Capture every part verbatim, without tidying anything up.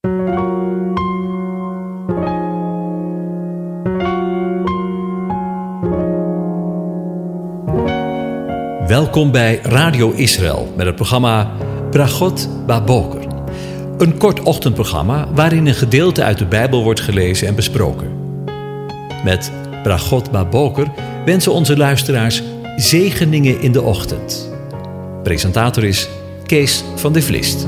Welkom bij Radio Israël met het programma Bragot Baboker. Een kort ochtendprogramma waarin een gedeelte uit de Bijbel wordt gelezen en besproken. Met Bragot Baboker wensen onze luisteraars zegeningen in de ochtend. Presentator is Kees van de Vlist.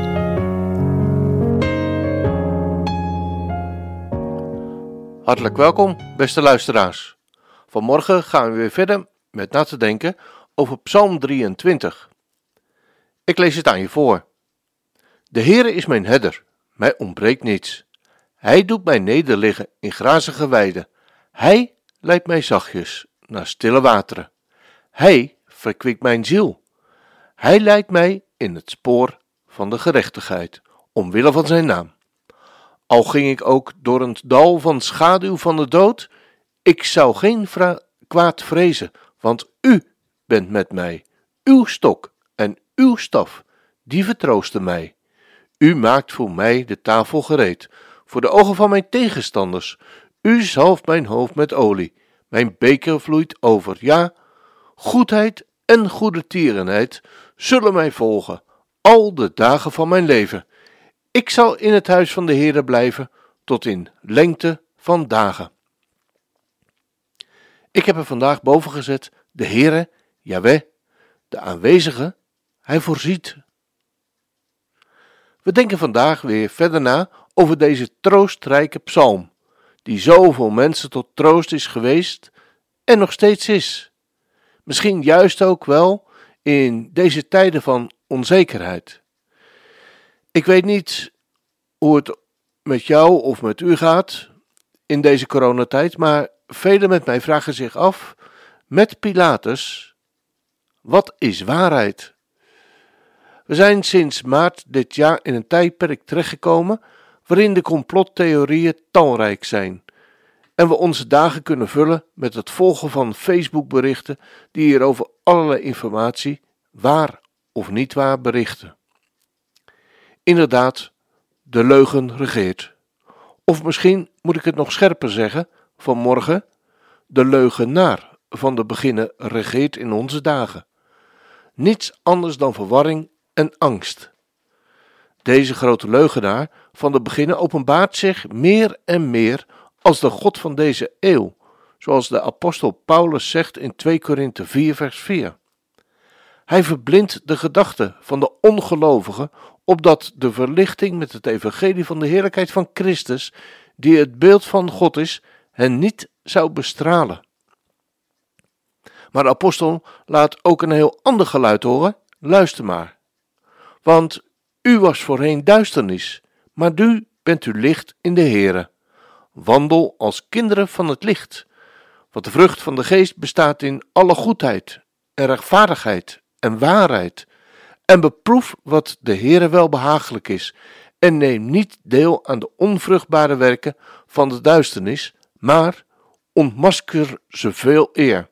Hartelijk welkom, beste luisteraars. Vanmorgen gaan we weer verder met na te denken over Psalm drieëntwintig. Ik lees het aan je voor. De Heere is mijn herder, mij ontbreekt niets. Hij doet mij nederliggen in grazige weiden. Hij leidt mij zachtjes naar stille wateren. Hij verkwikt mijn ziel. Hij leidt mij in het spoor van de gerechtigheid, omwille van zijn naam. Al ging ik ook door een dal van schaduw van de dood, ik zou geen vra- kwaad vrezen, want u bent met mij. Uw stok en uw staf, die vertroosten mij. U maakt voor mij de tafel gereed, voor de ogen van mijn tegenstanders. U zalft mijn hoofd met olie, mijn beker vloeit over. Ja, goedheid en goedertierenheid zullen mij volgen, al de dagen van mijn leven. Ik zal in het huis van de Heere blijven, tot in lengte van dagen. Ik heb er vandaag boven gezet, de Heere, Jahweh, de aanwezige, hij voorziet. We denken vandaag weer verder na over deze troostrijke psalm, die zoveel mensen tot troost is geweest en nog steeds is. Misschien juist ook wel in deze tijden van onzekerheid. Ik weet niet hoe het met jou of met u gaat in deze coronatijd, maar velen met mij vragen zich af, met Pilatus, wat is waarheid? We zijn sinds maart dit jaar in een tijdperk terechtgekomen waarin de complottheorieën talrijk zijn en we onze dagen kunnen vullen met het volgen van Facebookberichten die hier over allerlei informatie, waar of niet waar, berichten. Inderdaad, de leugen regeert. Of misschien moet ik het nog scherper zeggen, vanmorgen, de leugenaar van de beginnen regeert in onze dagen. Niets anders dan verwarring en angst. Deze grote leugenaar van de beginnen openbaart zich meer en meer als de God van deze eeuw, zoals de apostel Paulus zegt in twee Korinthe vier vers vier. Hij verblindt de gedachten van de ongelovigen, opdat de verlichting met het evangelie van de heerlijkheid van Christus, die het beeld van God is, hen niet zou bestralen. Maar de apostel laat ook een heel ander geluid horen. Luister maar. Want u was voorheen duisternis, maar nu bent u licht in de Heere. Wandel als kinderen van het licht. Want de vrucht van de geest bestaat in alle goedheid en rechtvaardigheid en waarheid. En beproef wat de Heere welbehagelijk is. En neem niet deel aan de onvruchtbare werken van de duisternis, maar ontmasker ze veel eer.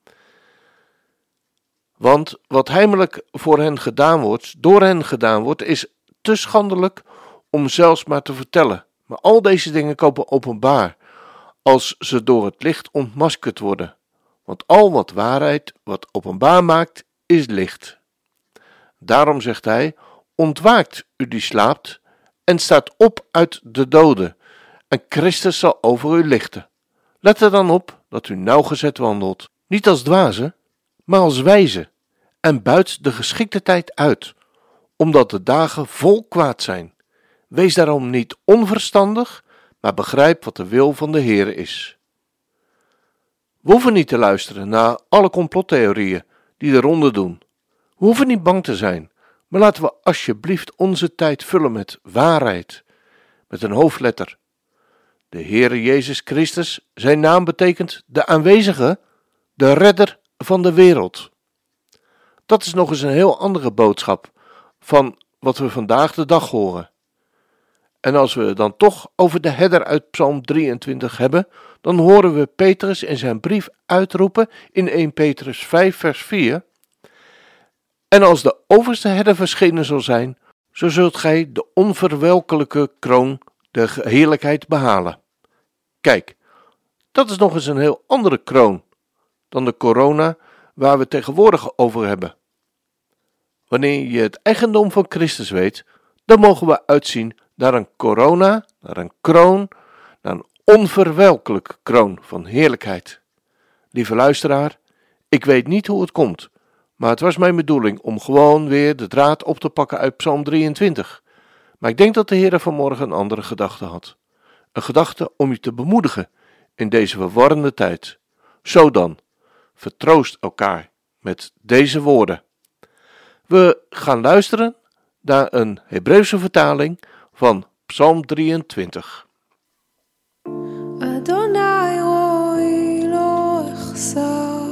Want wat heimelijk voor hen gedaan wordt, door hen gedaan wordt, is te schandelijk om zelfs maar te vertellen. Maar al deze dingen komen openbaar, als ze door het licht ontmaskerd worden. Want al wat waarheid, wat openbaar maakt, is licht. Daarom zegt hij, ontwaakt u die slaapt, en staat op uit de doden, en Christus zal over u lichten. Let er dan op dat u nauwgezet wandelt, niet als dwazen, maar als wijze, en buit de geschikte tijd uit, omdat de dagen vol kwaad zijn. Wees daarom niet onverstandig, maar begrijp wat de wil van de Heere is. We hoeven niet te luisteren naar alle complottheorieën die de ronde doen. We hoeven niet bang te zijn, maar laten we alsjeblieft onze tijd vullen met waarheid, met een hoofdletter. De Heere Jezus Christus, zijn naam betekent de aanwezige, de redder van de wereld. Dat is nog eens een heel andere boodschap van wat we vandaag de dag horen. En als we dan toch over de herder uit Psalm drieëntwintig hebben, dan horen we Petrus in zijn brief uitroepen in eerste Petrus vijf vers vier. En als de overste herder verschenen zal zijn, zo zult gij de onverwelkelijke kroon, de heerlijkheid behalen. Kijk, dat is nog eens een heel andere kroon dan de corona waar we tegenwoordig over hebben. Wanneer je het eigendom van Christus weet, dan mogen we uitzien naar een corona, naar een kroon, naar een onverwelkelijke kroon van heerlijkheid. Lieve luisteraar, ik weet niet hoe het komt, maar het was mijn bedoeling om gewoon weer de draad op te pakken uit Psalm drieëntwintig. Maar ik denk dat de Heer vanmorgen een andere gedachte had. Een gedachte om je te bemoedigen in deze verwarrende tijd. Zo dan, vertroost elkaar met deze woorden. We gaan luisteren naar een Hebreeuwse vertaling van Psalm drieëntwintig. Adonai roi lo echsar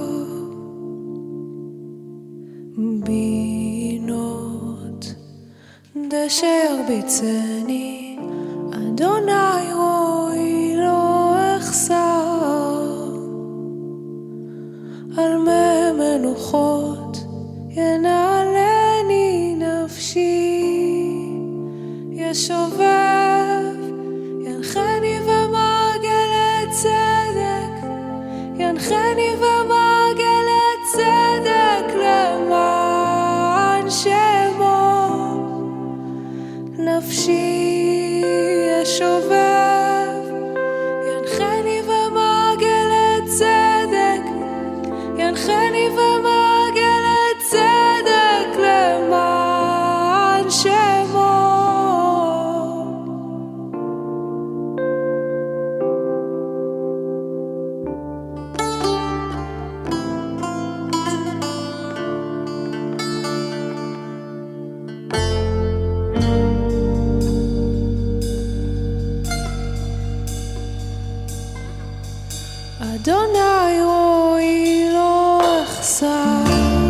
binot dasher bitzeni. Adonai roi lo echsar al me menuchot ינעלני נפשי, ישובב, ינחני במעגל צדק, ינחני במעגל צדק למען שמו. נפשי ישובב, ינחני במעגל צדק, ינחני במעגל צדק למען שמו. אדוני רואי לא אחסר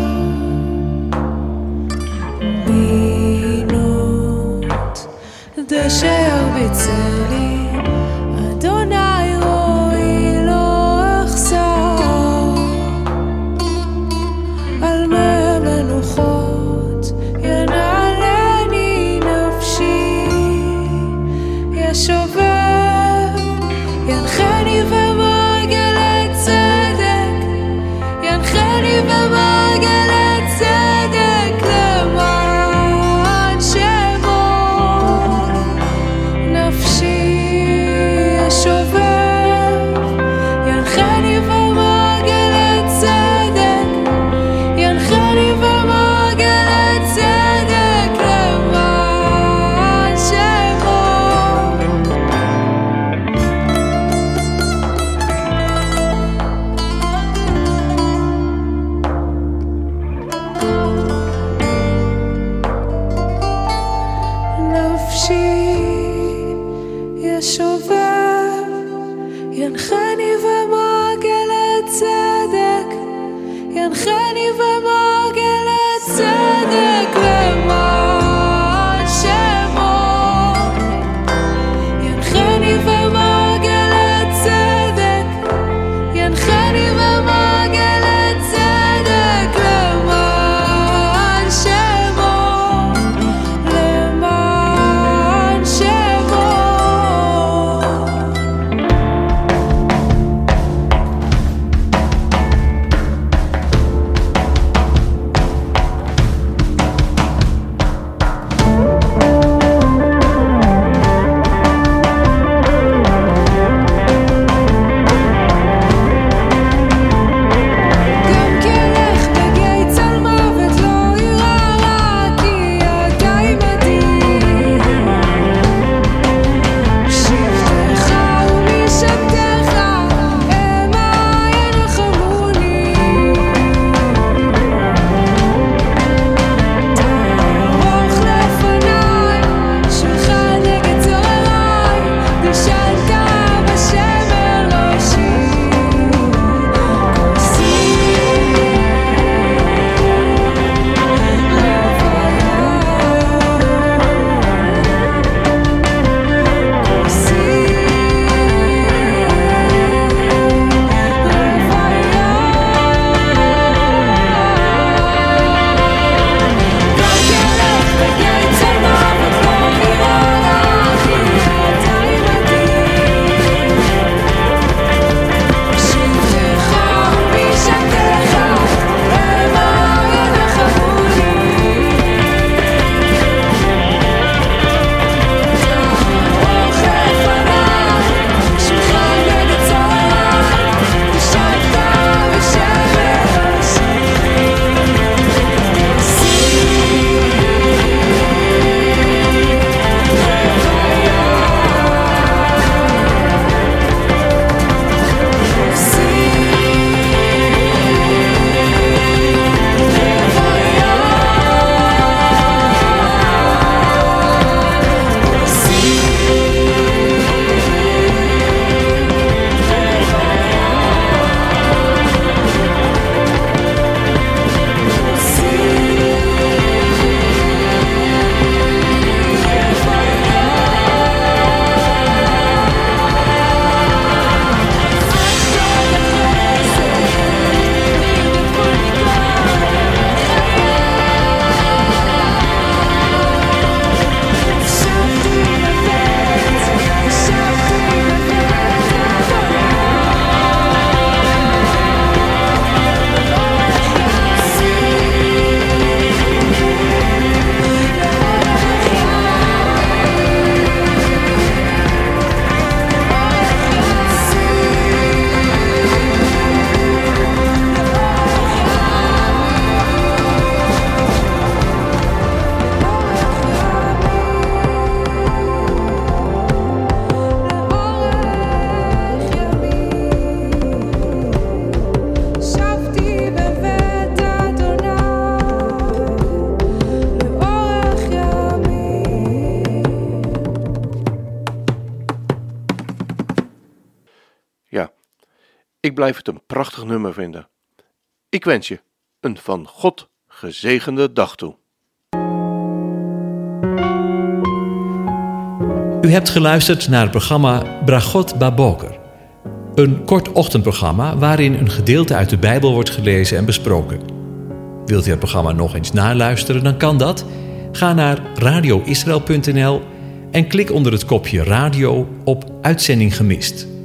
דשר בצלי. אדוני רואי לא אחסר על מי מנוחות ינעלני נפשי, ישובב, ינחני במעגל צדק, ינחני במעגל צדק למען שמו. שובב, ינחני במעגל צדק, ינחני במעגל צדק למען שמו. נפשי ישובב, ינחני במעגל צדק, ינחני במעגל צדק למען שמו. ינחני במעגל צדק, ינחני במעגל צדק למען שמו, למען שמו. Ik blijf het een prachtig nummer vinden. Ik wens je een van God gezegende dag toe. U hebt geluisterd naar het programma Bragot Baboker. Een kort ochtendprogramma waarin een gedeelte uit de Bijbel wordt gelezen en besproken. Wilt u het programma nog eens naluisteren, dan kan dat. Ga naar radio israël punt n l en klik onder het kopje radio op Uitzending gemist.